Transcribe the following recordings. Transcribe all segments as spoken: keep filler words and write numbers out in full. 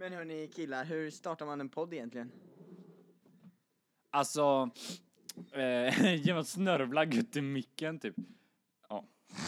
Men hörni killar, hur startar man en podd egentligen? Alltså, eh, genom att snörvla gött i micken typ. Ja.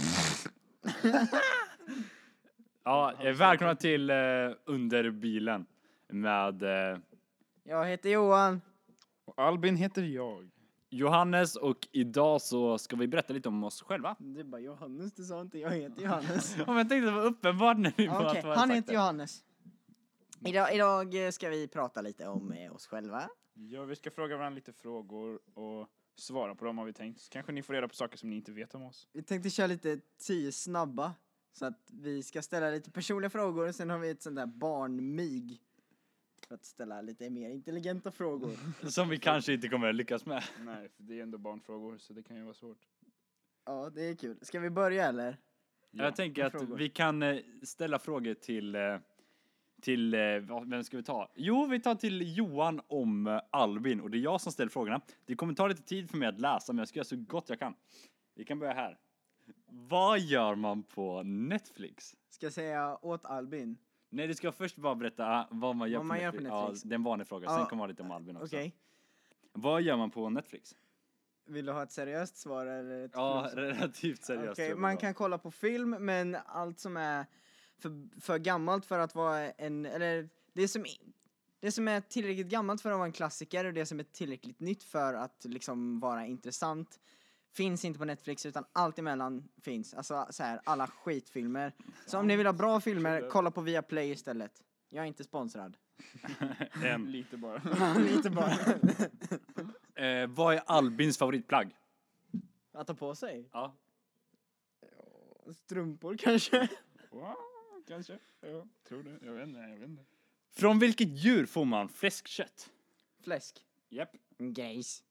Ja, eh, välkomna till eh, Under bilen med eh, Jag heter Johan. Och Albin heter jag. Johannes, och idag så ska vi berätta lite om oss själva. Det är bara Johannes, du sa inte jag heter Johannes. Ja, men jag tänkte det var uppenbart när vi bara Okej, att vi hade han sagt heter det. Johannes. Idag, idag ska vi prata lite om eh, oss själva. Ja, vi ska fråga varandra lite frågor och svara på dem har vi tänkt. Så kanske ni får reda på saker som ni inte vet om oss. Vi tänkte köra lite tio snabba. Så att vi ska ställa lite personliga frågor. Sen har vi ett sånt där barnmig. För att ställa lite mer intelligenta frågor. Som vi kanske inte kommer att lyckas med. Nej, för det är ändå barnfrågor så det kan ju vara svårt. Ja, det är kul. Ska vi börja eller? Ja, Jag tänker att frågor. vi kan eh, ställa frågor till, eh, till eh, vad- vem ska vi ta? Jo, vi tar till Johan om eh, Albin, och det är jag som ställer frågorna. Det kommer ta lite tid för mig att läsa, men jag ska göra så gott jag kan. Vi kan börja här. Vad gör man på Netflix? Ska jag säga åt Albin? Nej, du ska först bara berätta vad man gör, Vad på, man gör Netflix. på Netflix. Ja, det är en vanlig fråga. Ja, Sen kommer man lite om Albin också. Okej. Vad gör man på Netflix? Vill du ha ett seriöst svar eller ett Ja, flummsvar? relativt seriöst. Okej, tror jag man det var. kan kolla på film, men allt som är för, för gammalt för att vara en, eller det som, det som är tillräckligt gammalt för att vara en klassiker och det som är tillräckligt nytt för att liksom vara intressant finns inte på Netflix, utan allt emellan finns. Alltså så här, alla skitfilmer. Så om ni vill ha bra filmer, kolla på Viaplay istället. Jag är inte sponsrad. Ehm, Lite bara. Lite bara. eh, vad är Albins favoritplagg? Att ta på sig. Ja. Strumpor kanske. Wow, kanske. Ja, tror det. Jag vet inte, jag vet inte. Från vilket djur får man fläskkött? Fläsk. Japp. Gris.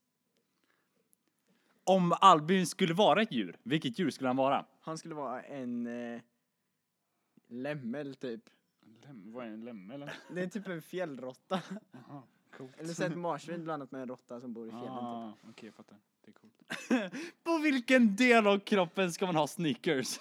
Om Albin skulle vara ett djur, vilket djur skulle han vara? Han skulle vara en eh, lämmel typ. Lem, vad är en lemme eller? Det är typ en fjällrotta. Aha, coolt. Eller så ett marsvin blandat med en rotta som bor i fjällen typ. Ah, okej, jag fattar. Det är coolt. På vilken del av kroppen ska man ha sneakers?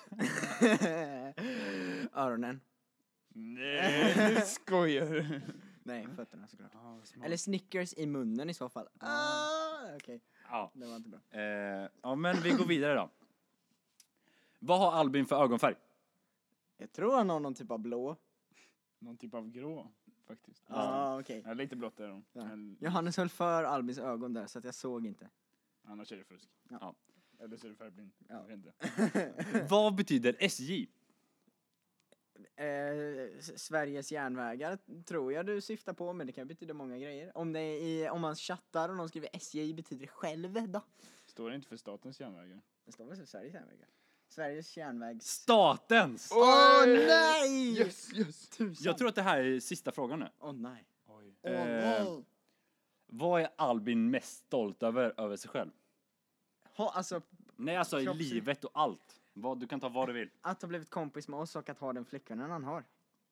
Öronen. Nej, du skojar. Nej, fötterna såklart. Ah, smart. Eller Snickers i munnen i så fall. Ah, okej, Ja. det var inte bra. Eh, ja, men vi går vidare då. Vad har Albin för ögonfärg? Jag tror han har någon typ av blå. Någon typ av grå, faktiskt. Ja, ah, okej. Ja, lite blått är de. Ja. Men Johannes höll för Albins ögon där så att jag såg inte. annars är det fusk. Ja. Eller så är det färgblind. Ja. Jag vet inte. Vad betyder S J? Eh, S- Sveriges järnvägar tror jag du syftar på, men det kan betyda många grejer. Om det är i, om man chattar och någon skriver S J betyder det själv då. Står det inte för statens järnvägar? Det står väl så Sveriges järnvägar. Sveriges järnvägs... Statens! Åh nej! Yes, yes. Tusan. Jag tror att det här är sista frågan nu. Åh nej. Oj. Åh Eh, nej. Vad är Albin mest stolt över, över sig själv? Ha, alltså Nej, alltså i Kropps- livet och allt. Vad, du kan ta vad du vill. att ha blivit kompis med oss och att ha den flickvännen han har.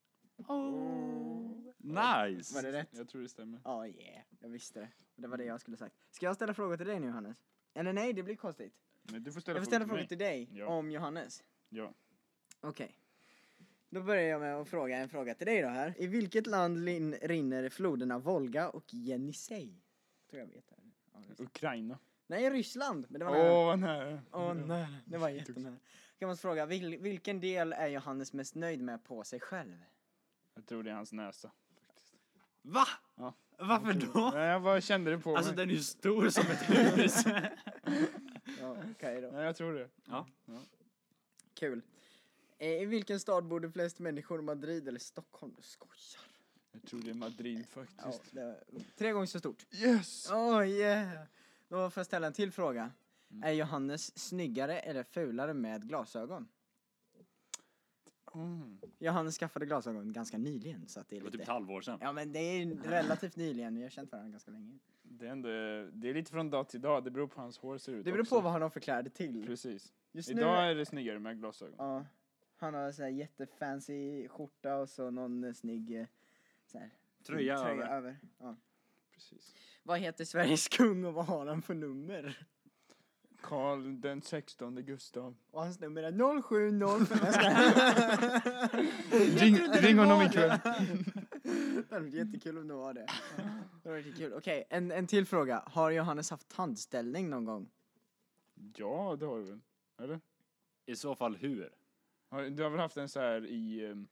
Nice! Var det rätt? Jag tror det stämmer. Ja, yeah. Jag visste det. Det var det jag skulle sagt. Ska jag ställa frågor till dig nu, Johannes? Eller nej, det blir konstigt. Men du får ställa Jag får ställa frågor frågor till mig. dig Ja. om Johannes. Ja. Okej. Då börjar jag med att fråga en fråga till dig då här. I vilket land lin- rinner floderna Volga och Jenisej? Tror jag vet det. Ja, just det. Ukraina. Nej, Ryssland. Men det var Åh, nära. vad nära. Åh nej, det var jättenära. Kan man fråga, vil- vilken del är Johannes mest nöjd med på sig själv? Jag tror det är hans näsa. Faktiskt. Va? Ja. Varför då? Nej, jag bara kände det på Alltså mig. den är ju stor som ett hus. Ja, okej då. Nej, jag tror det. Ja. Kul. Eh, I vilken stad bor det flest människor? Madrid eller Stockholm? Du skojar. Jag tror det är Madrid Ja, faktiskt. det var tre gånger så stort. Yes! Oh yeah. Då får jag ställa en till fråga. Är Johannes snyggare eller fulare med glasögon? Mm. Johannes skaffade glasögon ganska nyligen så att det är Det var typ ett lite... halvår sedan. Ja, men det är relativt nyligen. Jag har känt varandra ganska länge. Det är, ändå, det är lite från dag till dag. Det beror på hur hans hår ser ut Det beror också. på vad han har för kläder till. Precis. Just nu, Idag är det snyggare med glasögon. ja, han har så här jättefancy skjorta och så någon eh, snygg eh, så här, Tröja tröja över. över. Ja. Precis. Vad heter Sveriges kung och vad har han för nummer? Karl den sextonde Gustav. Och hans nummer är noll sju noll fem. Ring, ring honom ikväll. Det hade varit jättekul om det var det. Det var jättekul. Okej, en, en till fråga. Har Johannes haft tandställning någon gång? Ja, det har du väl? Eller? I så fall hur? Har- Du har väl haft en så här i... ehm,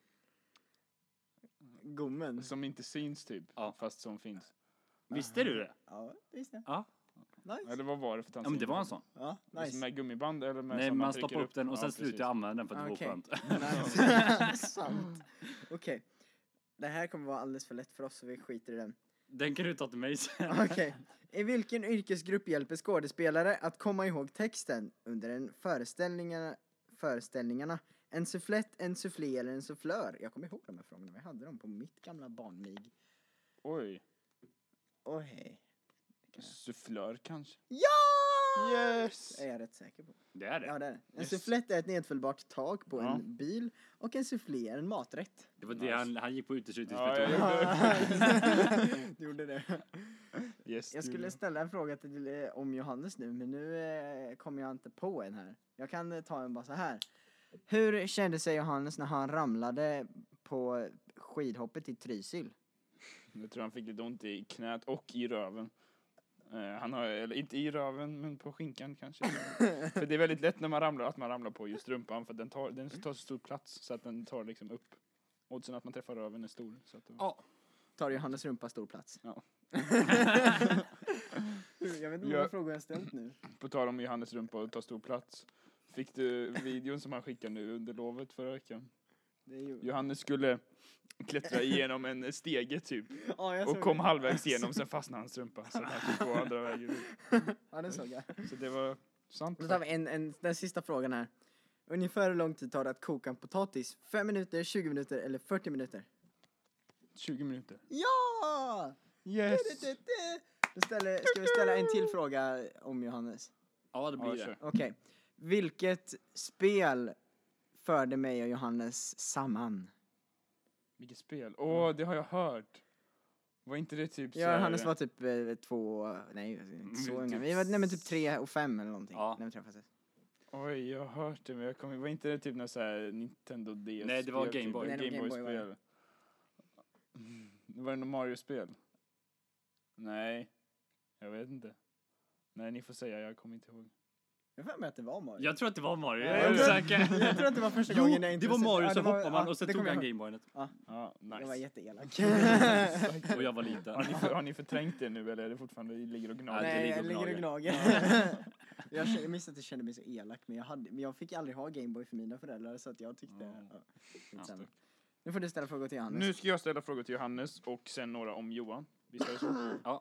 Gommen? Som inte syns typ, Ja. fast som finns. Visste du det? Ja, visst det. Ja. Nice. Eller vad var det för Ja tandställning? men det var en sån. Ja, Nice. nice. Med gummiband eller med Nej som man trycker stoppar upp den och Ja, sen precis. slutar jag använda den för att det var Okej. skönt. Nice. Sant. Okej. Det här kommer vara alldeles för lätt för oss så vi skiter i den. Den kan du ta till mig sen. Okej. I vilken yrkesgrupp hjälper skådespelare att komma ihåg texten under en föreställningarna, föreställningarna? En sufflett, en soufflé eller en soufflör? Jag kommer ihåg de här frågorna. Vi hade dem på mitt gamla barnmig. Oj. Åh hej. Sufflör kanske? Ja! Yes! Är jag rätt säker på. Det är det. Ja, det är det. En Yes. sufflett är ett nedfällbart tak på Ja. en bil och en soufflé är en maträtt. Det var det han, han gick på Ja, uteslutningsmetoden. jag gjorde Du gjorde det. Yes, Jag du- skulle ställa en fråga till, eh, om Johannes nu, men nu eh, kommer jag inte på en här. Jag kan eh, ta en bara så här. Hur kände sig Johannes när han ramlade på skidhoppet i Trysil? Jag tror han fick lite ont i knät och i röven. Eh, han har, eller inte i röven, men på skinkan kanske. För det är väldigt lätt när man ramlar, att man ramlar på just rumpan, för den tar, den tar så stor plats så att den tar liksom upp. Oddsen att man träffar röven är stor. Så att det, Ja. Tar Johannes rumpa stor plats? Ja. Jag vet inte hur Ja. många frågor jag ställt nu. På tal om Johannes rumpa och ta stor plats. Fick du videon som han skickade nu under lovet förra veckan? Det är ju... Johannes skulle klättra igenom en stege typ. Ja, jag Och såg kom det. halvvägs igenom, sen fastnade hans rumpa. Så att han fick gå andra vägen ut. Ja, det såg jag. Så det var sant. Då tar vi en, en, den sista frågan här. Ungefär hur lång tid tar det att koka en potatis? fem minuter, tjugo minuter eller fyrtio minuter? tjugo minuter. Ja! Yes! Då ställer, ska vi ställa en till fråga om Johannes? Ja det blir Ja, det. kör. Okej. Vilket spel förde mig och Johannes samman? Vilket spel? Åh, det har jag hört. Var inte det typ så Ja, här- Johannes var typ eh, två, nej inte så Mm, unga. typ Vi var nej, men typ tre och fem eller någonting. Ja. När vi träffades. Oj, jag har hört det, men jag kommer... Var inte det typ något så här Nintendo D S? Nej, det var spel, Game Boy. Typ? Nej, det var Game Game Boy, Boy-spel. Mm. Var det något Mario-spel? Nej, jag vet inte. Nej, ni får säga, jag kommer inte ihåg. Jag har för mig att det var Mario. Jag tror att det var Mario. Ja, Jag är jag tror- osäker. Jag tror att det var första Jo, gången jag inte det var Mario, ja, så det var- hoppade man ja, och sen det tog kommer han jag ihåg. Gameboynet. Ja, nice. Jag var jätteelak. Och jag var liten. Har ni, för, har ni förträngt det nu, eller är det fortfarande ligger och gnager? Nej, det Nej, ligger jag och ligger och gnager. gnager. jag, kände, jag minns att jag kände mig så elak, men jag, hade, men jag fick aldrig ha Gameboy för mina föräldrar, så att jag tyckte... Ja. Ja, skitsamma. Nu får du ställa frågor till Johannes. Nu ska jag ställa frågor till Johannes och sen några om Johan. Visst är det så? Ja.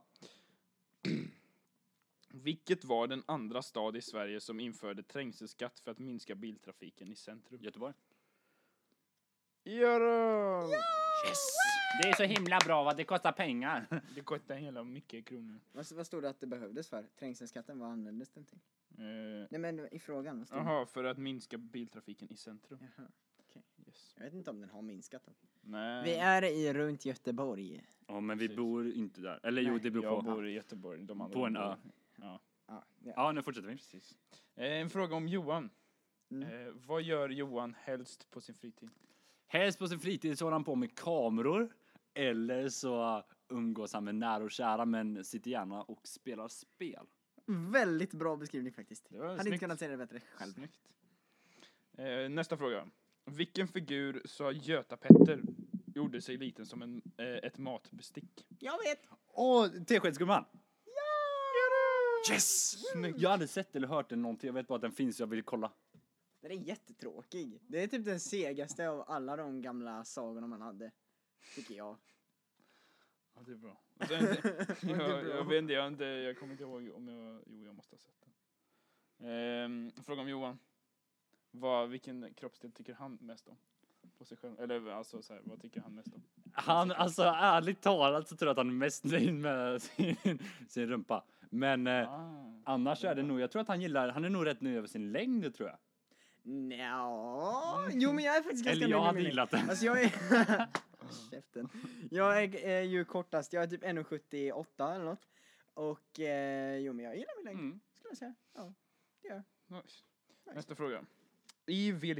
Vilket var den andra stad i Sverige som införde trängselskatt för att minska biltrafiken i centrum? Göteborg. Göra! Yes! Det är så himla bra vad det kostar pengar. Det kostar hela mycket kronor. Vad, vad stod det att det behövdes för? Trängselskatten, vad användes den till? Eh, Nej men i frågan, vad stod det? Jaha, för att minska biltrafiken i centrum. Jaha. Yes. Jag vet inte om den har minskat än. Nej. Vi är i runt Göteborg. Ja men vi Precis. bor inte där. Eller jo Nej, det beror Jag på. bor i Göteborg. De andra På en bor- ö. Ja, Ja, ja. Ja nu fortsätter vi. precis. Eh, en fråga om Johan. Mm. Eh, vad gör Johan helst på sin fritid? Helst på sin fritid så håller han på med kameror. Eller så umgås han med nära och kära men sitter gärna och spelar spel. Väldigt bra beskrivning faktiskt. Det var Hade snyggt. inte kunnat säga det bättre själv. Snyggt. Eh, nästa fråga. Vilken figur sa Göta Petter gjorde sig liten som en, eh, ett matbestick? Jag vet! Åh, Teskedsgumman! Ja! Yes! Jag hade sett eller hört den någonting. Jag vet bara att den finns så jag vill kolla. Den är jättetråkig. Det är typ den segaste av alla de gamla sagorna man hade. Tycker jag. Ja, det är bra. Och sen, jag, Det är jag, bra. jag vet inte, jag, har inte, jag kommer inte ihåg om jag... Jo, jag måste ha sett den. Ehm, fråga om Johan. Vad, vilken kroppsdel tycker han mest om? På sig själv? Eller alltså så här, vad tycker han mest om? Han, alltså ärligt talat så tror jag att han är mest nöjd med sin, sin rumpa. Men eh, Ah. annars är det nog, jag tror att han gillar, han är nog rätt nöjd över sin längd tror jag. Nja, jo men jag är faktiskt ganska Eller jag nöjd med hade min gillat längd. det. Alltså jag är... Käften. Jag är, är ju kortast, jag är typ en sjuttioåtta eller något. Och eh, jo men jag gillar min längd, Mm. skulle jag säga. Ja, det gör jag. Nice. Nästa fråga. I vilket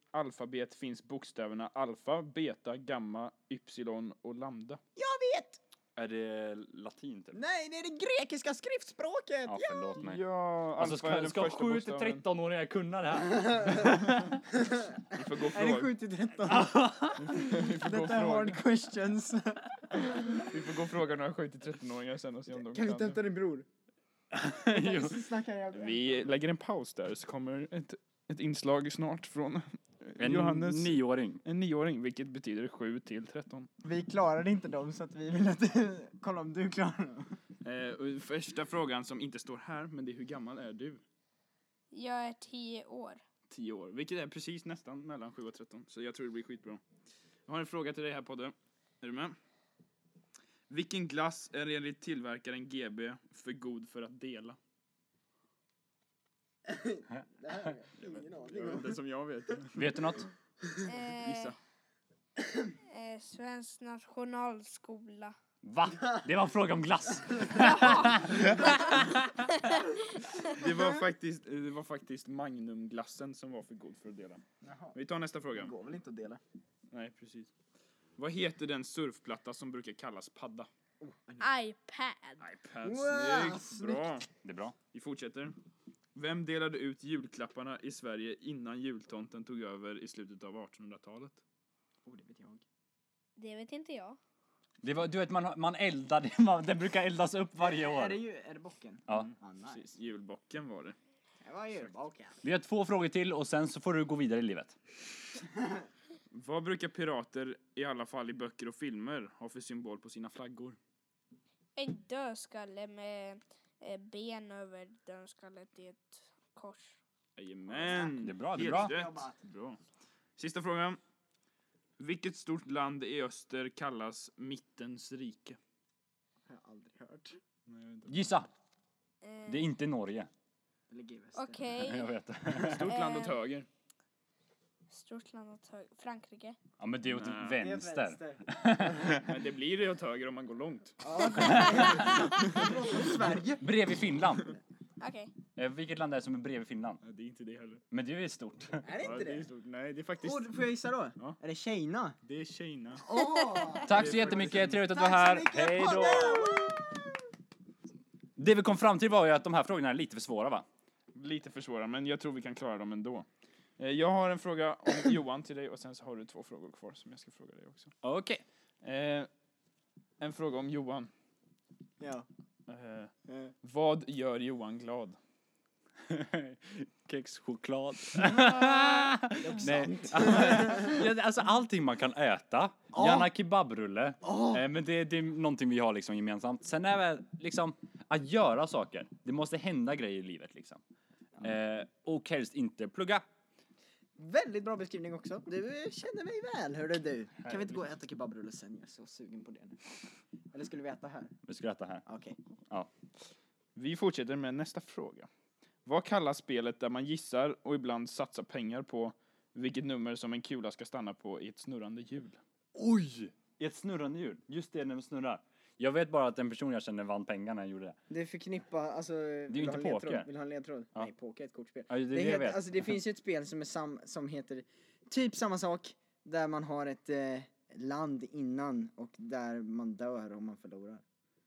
alfabet finns bokstäverna alfa, beta, gamma, ypsilon och lambda? Jag vet! Är det latin typ? Nej, det är det grekiska skriftspråket! Ja, förlåt mig. Ja, Alltså alfa är ska, den ska första sju till bokstaven. tretton-åringar kunna det här? Vi får gå och Är det fråga. sju till tretton? Vi får gå och Detta är fråga. hard questions. Vi får gå och fråga några sju till tretton-åringar sen och se om de Kan vi inte kan. hämta din bror? Jo. Snacka jävla. Vi lägger en paus där så kommer ett, ett inslag snart från eh, En Johannes. nioåring. En nioåring, vilket betyder sju till tretton. Vi klarade inte dem så att vi vill att du, kolla om du klarar dem. Eh, och första frågan som inte står här, men det är hur gammal är du? Jag är tio år. tio år, vilket är precis nästan mellan sju och tretton. Så jag tror det blir skitbra. Jag har en fråga till dig här, Podde. Är du med? Vilken glass är enligt tillverkaren G B för god för att dela? Det här är ingen aning om. Det som jag vet. Vet du något? Eh, Gissa. eh, Svensk nationalskola. Va? Det var en fråga om glass. Det var faktiskt, det var faktiskt Magnumglassen som var för god för att dela. Jaha. Vi tar nästa Det fråga. går väl inte att dela? Nej, precis. Vad heter den surfplatta som brukar kallas padda? iPad. iPad, Wow, snyggt. Bra. Det är bra. Vi fortsätter. Vem delade ut julklapparna i Sverige innan jultomten tog över i slutet av artonhundratalet? Oh, det vet jag. Det vet inte jag. Det var, du vet, man, man eldar, man, den brukar eldas upp varje Är det år. ju, är det bocken? Ja. Ah, nice. Precis, julbocken var det. Det var ju bocken. Vi har två frågor till och sen så får du gå vidare i livet. Vad brukar pirater, i alla fall i böcker och filmer, ha för symbol på sina flaggor? En dödskalle med eh, ben över dödskallet i ett kors. Jajamän. Det är bra, det är Helt bra. rätt. Bra. Sista frågan. Vilket stort land i öster kallas Mittens rike? Jag har aldrig hört. Gissa. Eh, Det är inte Norge. Det ligger i väster. Okej. Jag vet. Stort land åt Eh. höger. Stort land åt höger. Frankrike. Ja, men det är åt Nej. Det är vänster. Men det blir det åt höger om man går långt. Ja, Sverige. Bredvid Finland. Okej. Eh, vilket land är det som är bredvid Finland? Nej, det är inte det heller. Men det är ju stort. Är det Ja, inte det är det? stort. Nej, det är faktiskt... Oh, får jag gissa då? Ja. Är det Kina? Det är Kina. Åh! Tack så jättemycket, trevligt att du var här. Tack så mycket, Hej då! Podden! Det vi kom fram till var ju att de här frågorna är lite för svåra, va? Lite för svåra, men jag tror vi kan klara dem ändå. Eh, Jag har en fråga om Johan till dig och sen så har du två frågor kvar som jag ska fråga dig också. Okej. Eh, en fråga om Johan. Ja. Eh, Eh. vad gör Johan glad? Kexchoklad. är Nej. Ja, alltså allting man kan äta. Gärna kebabrulle. Åh. Eh, men det, det är någonting vi har liksom gemensamt. Sen är det liksom att göra saker. Det måste hända grejer i livet liksom. Eh, och helst inte plugga. Väldigt bra beskrivning också. Du känner mig väl, hörde du. Kan vi inte gå och äta kebabrulle sen? Jag är så sugen på det nu. Eller skulle vi äta här? Vi ska äta här. Okej. Vi fortsätter med nästa fråga. Vad kallas spelet där man gissar och ibland satsar pengar på vilket nummer som en kula ska stanna på i ett snurrande hjul? Oj! I ett snurrande hjul. Just det, när de snurrar. Jag vet bara att en person jag känner vann pengar när jag gjorde det. Det är förknippa, alltså... Det är ju inte poker. Vill du ha en ledtråd? Ja. Nej, poker är ett kortspel. Ja, det är Det, det jag heter, vet. alltså, det finns ju ett spel som, är sam, som heter typ samma sak. Där man har ett eh, land innan och där man dör om man förlorar.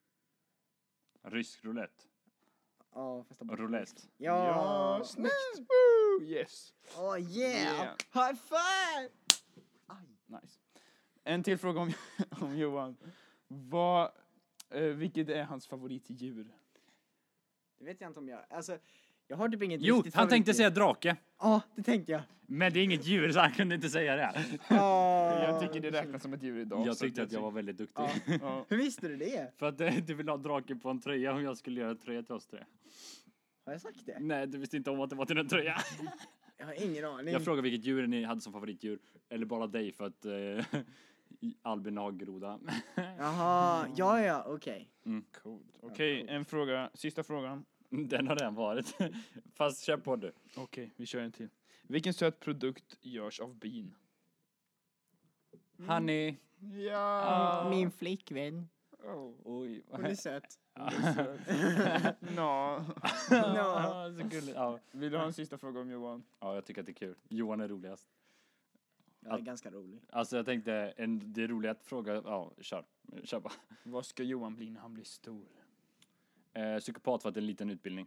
Rysk roulette. Ja, fast det bara- Roulette. Ja, Ja, snyggt! Woo! Yes! Oh yeah! Yeah. High five! Nice. En till fråga om, om Johan. Vad, eh, vilket är hans favoritdjur? Det vet jag inte om jag... Alltså, jag har typ inget Jo, riktigt han tänkte favoritdjur. säga drake. Ja, det tänkte jag. Men det är inget djur så han kunde inte säga det. Ja. Jag tycker det räknas som ett djur idag. Jag så tyckte att jag var väldigt duktig. Ja. Ja. Hur visste du det? För att eh, du vill ha drake på en tröja om jag skulle göra en tröja till oss tre. Har jag sagt det? Nej, du visste inte om att det var till en tröja. Jag har ingen aning. Jag frågade vilket djur ni hade som favoritdjur. Eller bara dig för att eh, Albin har groda. Jaha, ja ja, okej. Coolt. Okej, en fråga. Sista frågan. Den har redan varit. Fast kör på du. Okej, vi kör en till. Vilken söt produkt görs av bin? Honey. Ja! Min flickvän. Oh. Oj. Hon är söt. Nå. No. Så gulligt. Ja. Vill du ha en sista fråga om Johan? Ja, jag tycker att det är kul. Johan är roligast. Jag är Att- ganska rolig. Alltså jag tänkte, en, det är roligt att fråga, ja, kör. Kör bara. Vad ska Johan bli när han blir stor? Eh, psykopat för att det är en liten utbildning.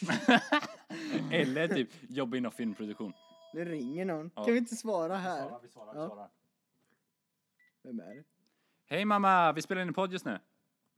Eller typ jobba inom filmproduktion. Det ringer någon. Ja. Kan vi inte svara här? vi svarar, vi Ja. svarar. Vem är det? Hej mamma, vi spelar in en podd just nu.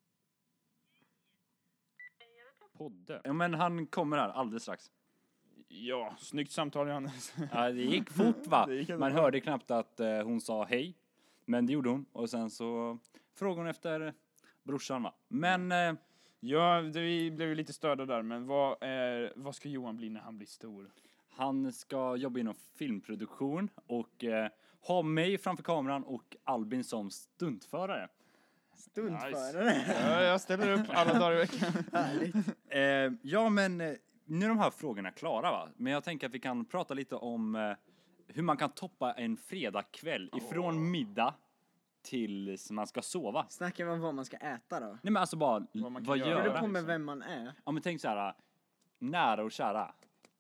Podde? Ja men han kommer här alldeles strax. Ja, snyggt samtal Johannes. Ja, det gick fort va? Det gick ändå Man bra. hörde knappt att eh, hon sa hej. Men det gjorde hon. Och sen så frågade hon efter brorsan va. Men eh, Ja, det, vi blev ju lite störda där, men vad, är, vad ska Johan bli när han blir stor? han ska jobba inom filmproduktion. Och eh, ha mig framför kameran och Albin som stuntförare. Stuntförare. Ja, jag ställer upp alla dagar i veckan. Härligt. Eh, ja men eh, nu är de här frågorna klara va. Men jag tänker att vi kan prata lite om eh, hur man kan toppa en fredagkväll ifrån middag tills man ska sova. Snackar vi om vad man ska äta då? Nej men alltså bara, Vad man kan vad göra. gör Beror det det? på med liksom. vem man är? Ja men tänk så här, nära och kära.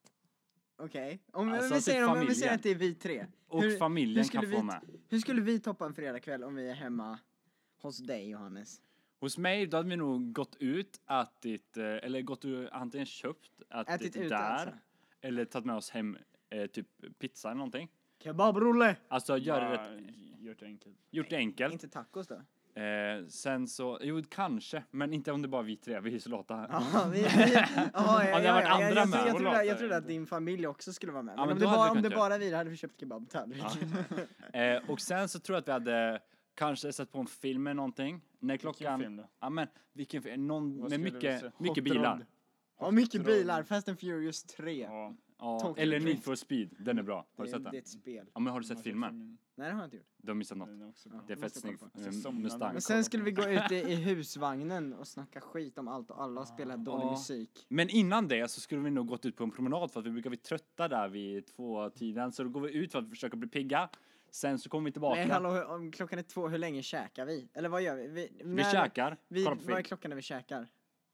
Okej. Om Alltså, vi typ säger, om vi familjen. säger att det är vi tre. Och Hur- familjen hur skulle kan få vi- med. Hur skulle vi toppa en fredagkväll om vi är hemma hos dig, Johannes? Hos mig då hade vi nog gått ut, ätit, eh, eller gått ut, antingen köpt, ätit, Ätit ute där. alltså. Eller tagit med oss hem eh, typ pizza eller någonting. Kebabrulle! Alltså gör det Bara rätt, Gjort det enkelt. gjort det enkelt. Inte tacos då? Eh, sen så, jo kanske, men inte om det bara vi tre, vi är så lata. Ja, vi, vi, ja, ja, ja, Om det har varit ja, andra jag, med. jag, jag, Och trodde, jag låter trodde att inte. din familj också skulle vara med. Ja, Men, men om, då det hade bara, vi om kunnat det göra. bara vi hade vi köpt kebabtallrik. Eh, och sen så tror jag att vi hade kanske sett på en film eller någonting. När Vilken klockan, film då? ja men vilken film, någon Vad med skulle du säga? mycket, Hot mycket Rod. bilar. Ja, mycket Hot bilar. Rod. Fast and Furious tre. Ja. Ja, Tokyo eller Drift. Need for Speed, den är bra. Har du det, sett det är den? ett spel. Ja men har du sett filmen? Nej, det har jag inte gjort. Du har missat något. Den är också bra. Det är fett måste kolla snyggt. på. eh, Jag somnade. Mustang. Men sen skulle vi gå ut i, i husvagnen och snacka skit om allt och alla och spela dålig Ja. musik. Men innan det så skulle vi nog gått ut på en promenad för att vi brukar bli trötta där vid två tiden. Så då går vi ut för att försöka bli pigga. Sen så kommer vi tillbaka. Nej, hallå, hur- om klockan är två, hur länge käkar vi? Eller vad gör vi? Vi, vi när- käkar, Vi, kollar på vad är film. klockan när vi käkar?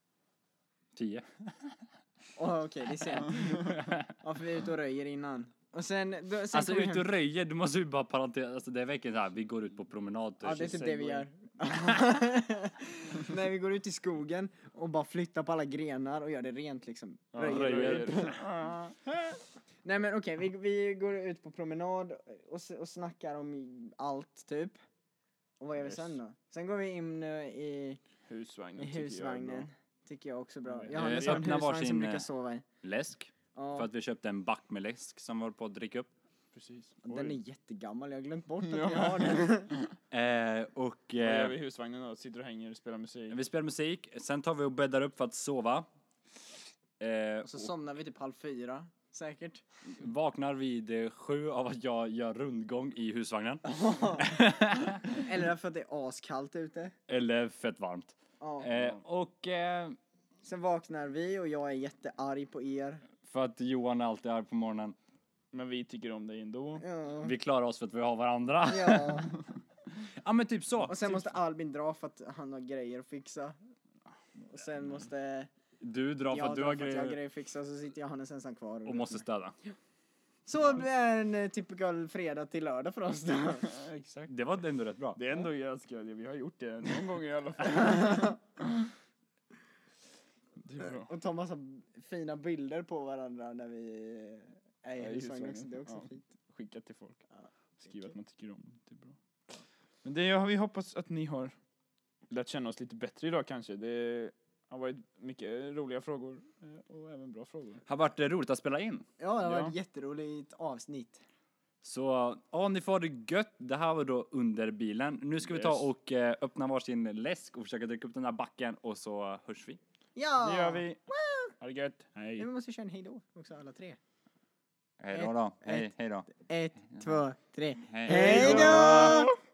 Tio. Åh, okej, det är sent. Ja, för vi är ute och röjer innan. Och sen, då, sen Alltså kommer vi ut hem. och röjer, du måste ju bara parentesa. Alltså det är verkligen så här, vi går ut på promenad. Ja, det är typ det vi Segway. gör. Nej, vi går ut i skogen och bara flyttar på alla grenar och gör det rent liksom. Ja, Röjer. röjer. Nej men okej, vi, vi går ut på promenad och, s- och snackar om allt typ. Och vad gör vi Yes. sen då? Sen går vi in eh, i, Husvagnen i tycker jag är husvagnen. bra. Tycker jag också bra. Mm. Johannes Eh, har en öppna husvagn varsin, som brukar eh, sova i. Läsk. Ja, För att vi köpte en back med läsk som vi håller på att dricka upp. Precis. den är Oj. jättegammal, jag har glömt bort att Ja. vi har den. Eh, och Vad gör eh, vi i husvagnen då? Sitter och hänger och spelar musik? vi spelar musik. Sen tar vi och bäddar upp för att sova. Eh, Och så somnar vi typ halv fyra, säkert. vaknar vid eh, sju av att jag gör rundgång i husvagnen. Eller för att det är askallt ute. Eller fett varmt. Ja. Eh, och eh, Sen vaknar vi och jag är jättearg på er. för att Johan alltid är arg på morgonen. Men vi tycker om dig ändå. Ja. Vi klarar oss för att vi har varandra. Ja. Ja men typ så. Och sen måste Albin dra för att han har grejer att fixa. Och sen måste Du drar för jag att du dra har för att jag har grejer grejer att fixa. Så sitter Johannes ensam kvar. och måste städa. Så blir en eh, typical fredag till lördag för oss då. Exakt. Det var ändå rätt bra. Det är ändå ganska, vi har gjort det någon gång i alla fall. Det är bra. Och ta massa fina bilder på varandra när vi är i Ja, i husvagnen husvagnen. också. Det är också Ja. fint. Skicka till folk. Ja, Skriva kul. att man tycker om det. Det är bra. Men det har vi hoppas att ni har lärt känna oss lite bättre idag kanske. Det har varit mycket roliga frågor eh, och även bra frågor. Har varit eh, roligt att spela in. Ja, det har Ja. varit ett jätteroligt avsnitt. Så ja, ni får ha det gött. Det här var då under bilen. Nu ska vi ta Yes. och eh, öppna varsin läsk och försöka dricka upp den här backen och så hörs vi. Ja! Det gör vi. Ha det gött. Hej. Men vi måste köra en hejdå också alla tre. Hej då då. Ett, Hej, hej då. Ett, två, tre. Hej Hej då!